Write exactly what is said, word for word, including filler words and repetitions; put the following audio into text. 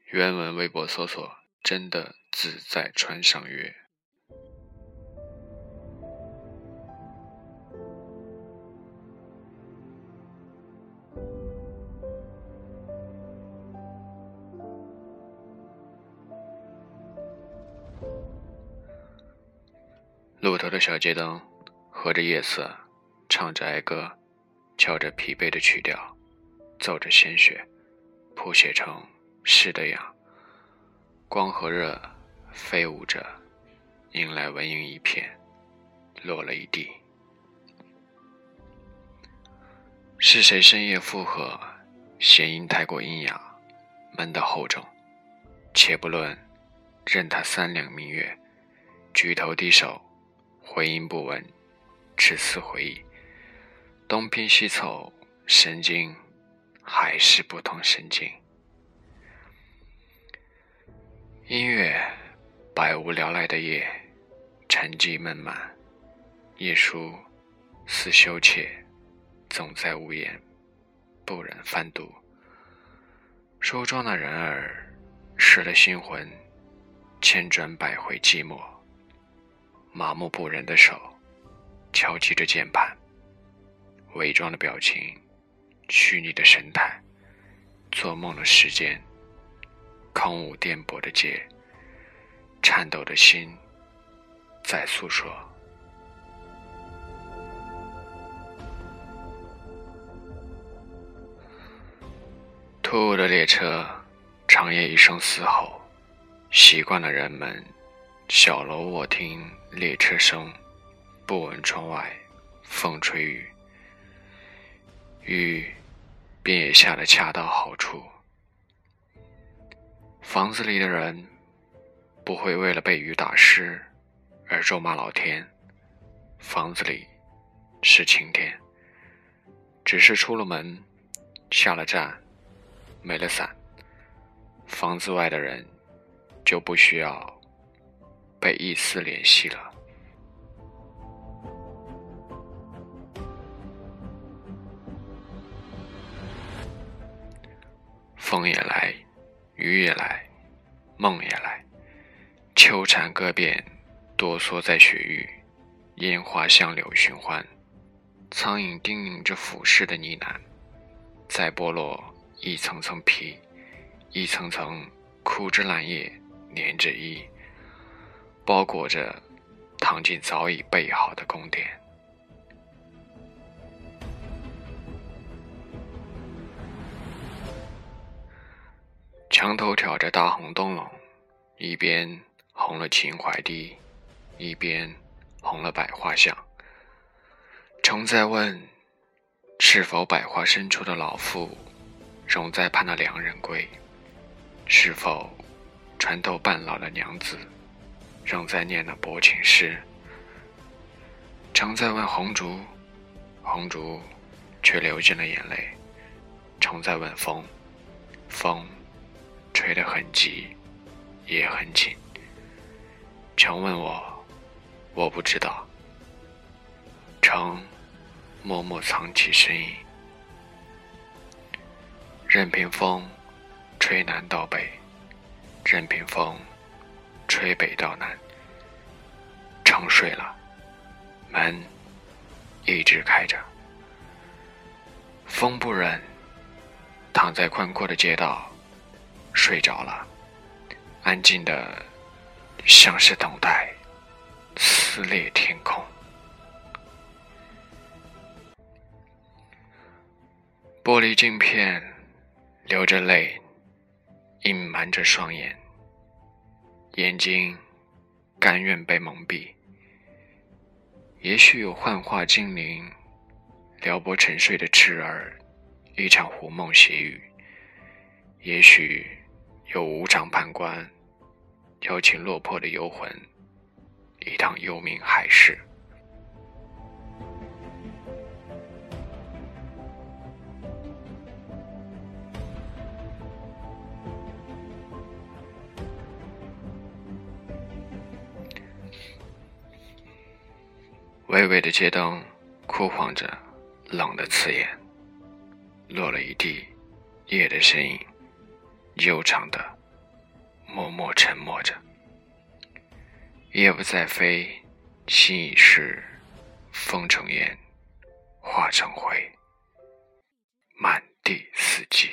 原文微博搜索真的自在川上月。路头的小街灯和着夜色，唱着哀歌，敲着疲惫的曲调，奏着鲜血，谱写成诗的样。光和热飞舞着，迎来蚊蝇一片，落了一地。是谁深夜附和，弦音太过阴哑，闷得厚重。且不论，任他三两明月，举头低首，回音不闻，只似回忆。东拼西凑，神经还是不同神经。音乐，百无聊赖的夜，沉寂闷满。夜书似羞怯，总在无言，不忍翻读。书中的人儿，失了心魂，千转百回寂寞。麻木不仁的手，敲击着键盘，伪装的表情，虚拟的神态，做梦的时间，空无颠簸的街，颤抖的心在诉说。突兀的列车，长夜一声嘶吼，习惯了人们小楼卧听列车声，不闻窗外风吹雨，雨便也下得恰到好处。房子里的人不会为了被雨打湿而咒骂老天，房子里是晴天，只是出了门，下了站，没了伞，房子外的人就不需要被一丝联系了。风也来，雨也来，梦也来，秋蝉歌遍，哆嗦在雪域，烟花香柳寻欢，苍蝇叮咛着俯视的呢喃，在剥落一层层皮，一层层枯枝烂叶连着衣，包裹着躺进早已备好的宫殿。墙头挑着大红灯笼，一边红了秦淮堤，一边红了百花巷。常在问，是否百花深处的老妇仍在盼那良人归？是否船头半老的娘子仍在念那薄情诗？常在问红烛，红烛却流尽了眼泪。常在问风，风吹得很急也很紧。常问我，我不知道。常默默藏起身影，任凭风吹南到北，任凭风吹北到南。常睡了，门一直开着。风不忍，躺在宽阔的街道睡着了，安静的像是等待撕裂天空。玻璃镜片流着泪，隐瞒着双眼，眼睛甘愿被蒙蔽。也许有幻化精灵撩拨沉睡的痴儿一场胡梦邪语，也许有无常判官邀请落魄的游魂一趟幽冥海市。微微的街灯枯黄着，冷的刺眼，落了一地夜的身影，悠长的默默沉默着。夜不再飞，心已逝，风成烟，化成灰，满地四季。